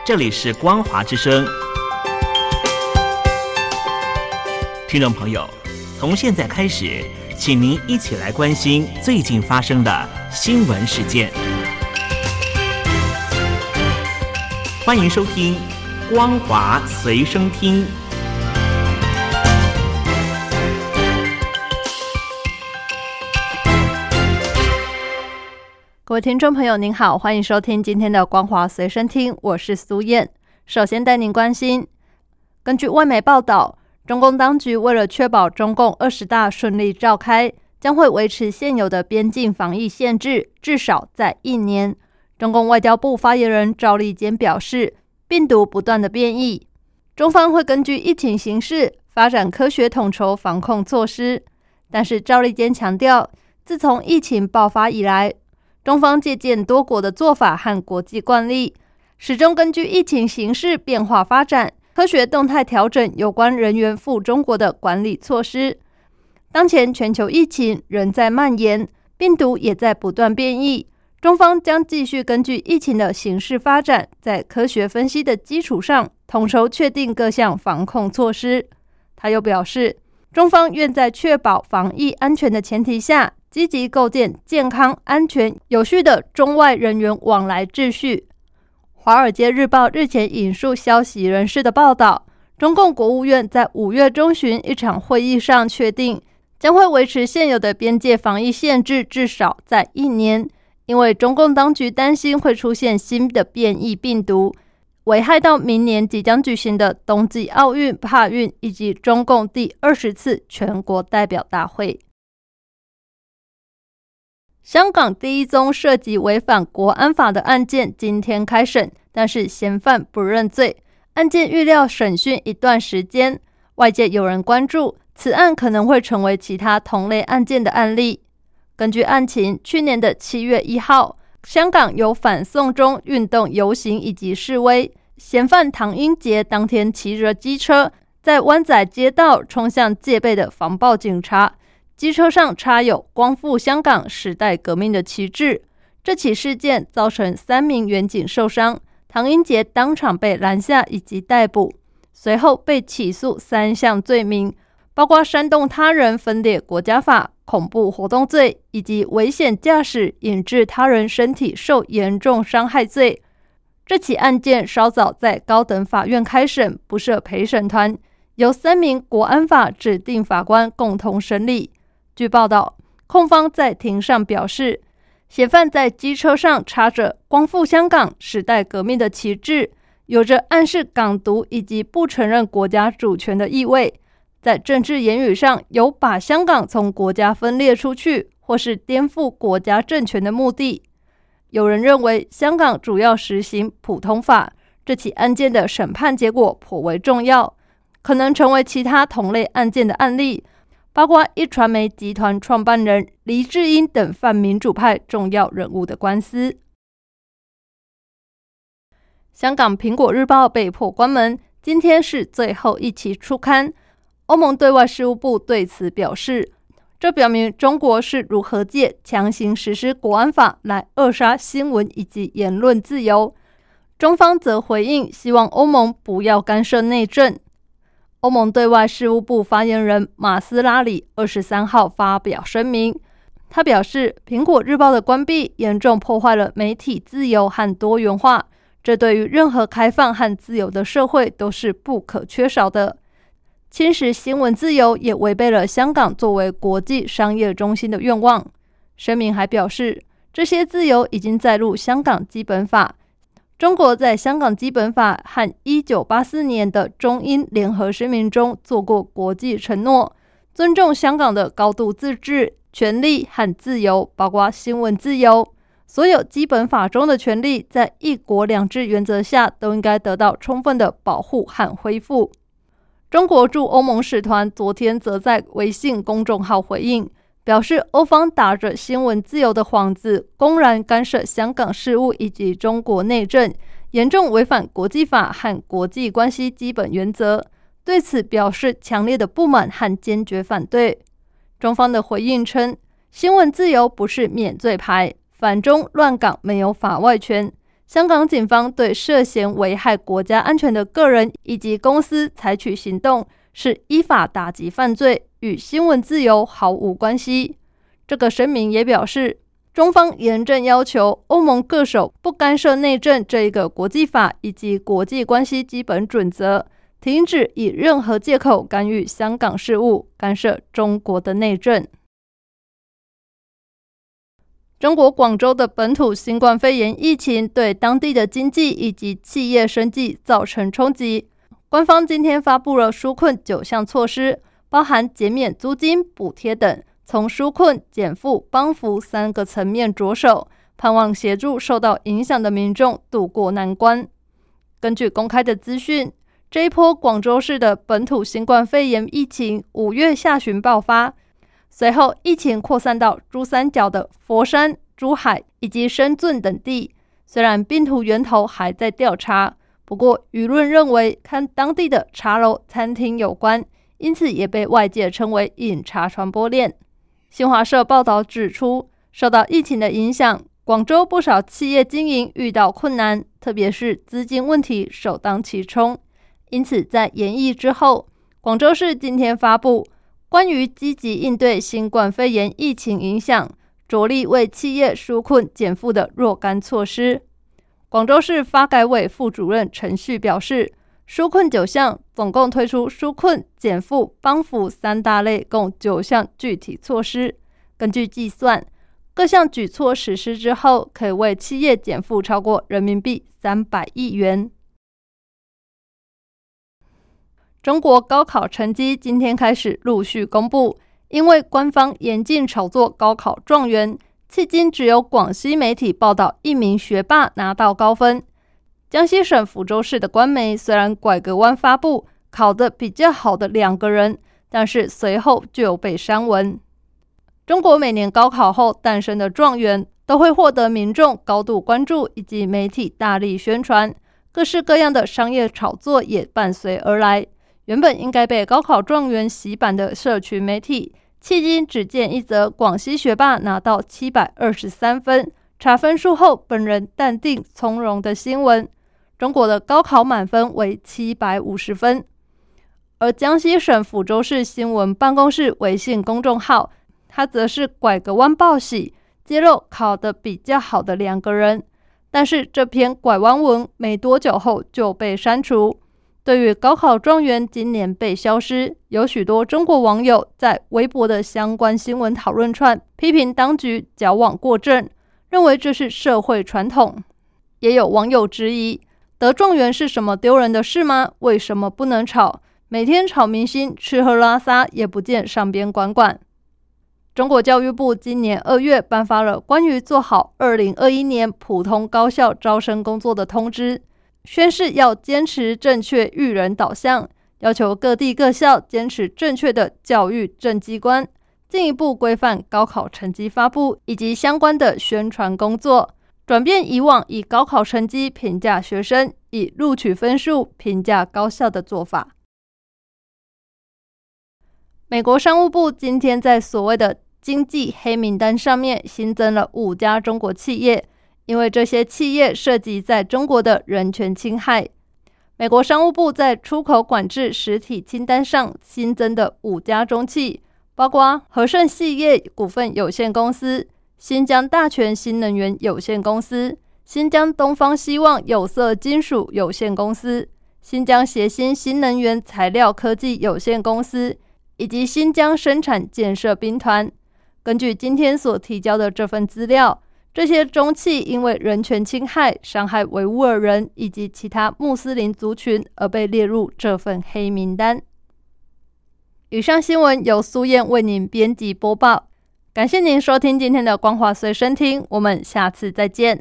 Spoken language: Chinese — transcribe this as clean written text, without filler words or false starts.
这里是光华之声。听众朋友，从现在开始，请您一起来关心最近发生的新闻事件。欢迎收听光华随声听。 各位听众朋友您好，欢迎收听今天的光华随身听，我是苏燕。首先带您关心，根据外媒报道，中共当局为了确保中共20大顺利召开，将会维持现有的边境防疫限制，至少在1年。中共外交部发言人赵立坚表示，病毒不断的变异，中方会根据疫情形势发展科学统筹防控措施。但是赵立坚强调，自从疫情爆发以来，中方借鉴多国的做法和国际惯例，始终根据疫情形势变化发展，科学动态调整有关人员赴中国的管理措施。当前全球疫情仍在蔓延，病毒也在不断变异，中方将继续根据疫情的形势发展，在科学分析的基础上，统筹确定各项防控措施。他又表示，中方愿在确保防疫安全的前提下，积极构建健康、安全、有序的中外人员往来秩序。华尔街日报日前引述消息人士的报道，中共国务院在5月中旬一场会议上确定，将会维持现有的边界防疫限制至少在1年，因为中共当局担心会出现新的变异病毒，危害到明年即将举行的冬季奥运、帕运以及中共第20次全国代表大会。香港第一宗涉及违反国安法的案件今天开审，但是嫌犯不认罪，案件预料审讯一段时间。外界有人关注，此案可能会成为其他同类案件的案例。根据案情，去年的7月1号，香港有反送中运动游行以及示威，嫌犯唐英杰当天骑着机车在湾仔街道冲向戒备的防暴警察，机车上插有光复香港时代革命的旗帜。这起事件造成3名员警受伤，唐英杰当场被拦下以及逮捕，随后被起诉3项罪名，包括煽动他人分裂国家法、恐怖活动罪以及危险驾驶引致他人身体受严重伤害罪。这起案件稍早在高等法院开审，不设陪审团，由3名国安法指定法官共同审理。据报道，控方在庭上表示，嫌犯在机车上插着光复香港时代革命的旗帜，有着暗示港独以及不承认国家主权的意味，在政治言语上有把香港从国家分裂出去或是颠覆国家政权的目的。有人认为，香港主要实行普通法，这起案件的审判结果颇为重要，可能成为其他同类案件的案例，包括一传媒集团创办人黎智英等泛民主派重要人物的官司。香港苹果日报被迫关门，今天是最后一期出刊。欧盟对外事务部对此表示，这表明中国是如何借强行实施国安法来扼杀新闻以及言论自由。中方则回应，希望欧盟不要干涉内政。欧盟对外事务部发言人马斯拉里23号发表声明，他表示，苹果日报的关闭严重破坏了媒体自由和多元化，这对于任何开放和自由的社会都是不可缺少的。侵蚀新闻自由也违背了香港作为国际商业中心的愿望。声明还表示，这些自由已经载入香港基本法。中国在香港基本法和1984年的中英联合声明中做过国际承诺，尊重香港的高度自治、权利和自由，包括新闻自由。所有基本法中的权利在一国两制原则下都应该得到充分的保护和恢复。中国驻欧盟使团昨天则在微信公众号回应，表示欧方打着新闻自由的幌子，公然干涉香港事务以及中国内政，严重违反国际法和国际关系基本原则，对此表示强烈的不满和坚决反对。中方的回应称，新闻自由不是免罪牌，反中乱港没有法外权， 香港警方对涉嫌危害国家安全的个人以及公司采取行动，是依法打击犯罪，与新闻自由毫无关系。这个声明也表示，中方严正要求欧盟各守不干涉内政这一个国际法以及国际关系基本准则，停止以任何借口干预香港事务，干涉中国的内政。中国广州的本土新冠肺炎疫情对当地的经济以及企业生计造成冲击。官方今天发布了纾困9项措施，包含减免租金、补贴等，从纾困、减负、帮扶3个层面着手，盼望协助受到影响的民众渡过难关。根据公开的资讯，这一波广州市的本土新冠肺炎疫情5月下旬爆发，随后疫情扩散到珠三角的佛山、珠海以及深圳等地。虽然病毒源头还在调查，不过舆论认为和当地的茶楼、餐厅有关，因此也被外界称为饮茶传播链。新华社报道指出，受到疫情的影响，广州不少企业经营遇到困难，特别是资金问题首当其冲。因此在研议之后，广州市今天发布关于积极应对新冠肺炎疫情影响，着力为企业纾困减负的若干措施。广州市发改委副主任陈旭表示，纾困9项，总共推出纾困、减负、帮扶3大类，共9项具体措施。根据计算，各项举措实施之后，可以为企业减负超过人民币300亿元。中国高考成绩今天开始陆续公布，因为官方严禁炒作高考状元，迄今只有广西媒体报道一名学霸拿到高分。江西省福州市的官媒虽然拐个弯发布考得比较好的2个人，但是随后就被删文。中国每年高考后诞生的状元都会获得民众高度关注以及媒体大力宣传，各式各样的商业炒作也伴随而来。原本应该被高考状元洗版的社群媒体，迄今只见一则广西学霸拿到723分，查分数后本人淡定从容的新闻。中国的高考满分为750分，而江西省福州市新闻办公室微信公众号，它则是拐个弯报喜，揭露考得比较好的2个人，但是这篇拐弯文没多久后就被删除。对于高考状元今年被消失，有许多中国网友在微博的相关新闻讨论串批评当局矫枉过正，认为这是社会传统。也有网友质疑，得状元是什么丢人的事吗？为什么不能炒？每天炒明星吃喝拉撒也不见上边管管。中国教育部今年2月颁发了关于做好2021年普通高校招生工作的通知，宣示要坚持正确育人导向，要求各地各校坚持正确的教育政绩观，进一步规范高考成绩发布以及相关的宣传工作，转变以往以高考成绩评价学生，以录取分数评价高校的做法。美国商务部今天在所谓的经济黑名单上面新增了5家中国企业，因为这些企业涉及在中国的人权侵害。美国商务部在出口管制实体清单上新增的5家中企，包括和盛系业股份有限公司、新疆大全新能源有限公司、新疆东方希望有色金属有限公司、新疆协鑫新能源材料科技有限公司以及新疆生产建设兵团。根据今天所提交的这份资料，这些中企因为人权侵害、伤害维吾尔人以及其他穆斯林族群而被列入这份黑名单。以上新闻由苏燕为您编辑播报，感谢您收听今天的光华随身听，我们下次再见。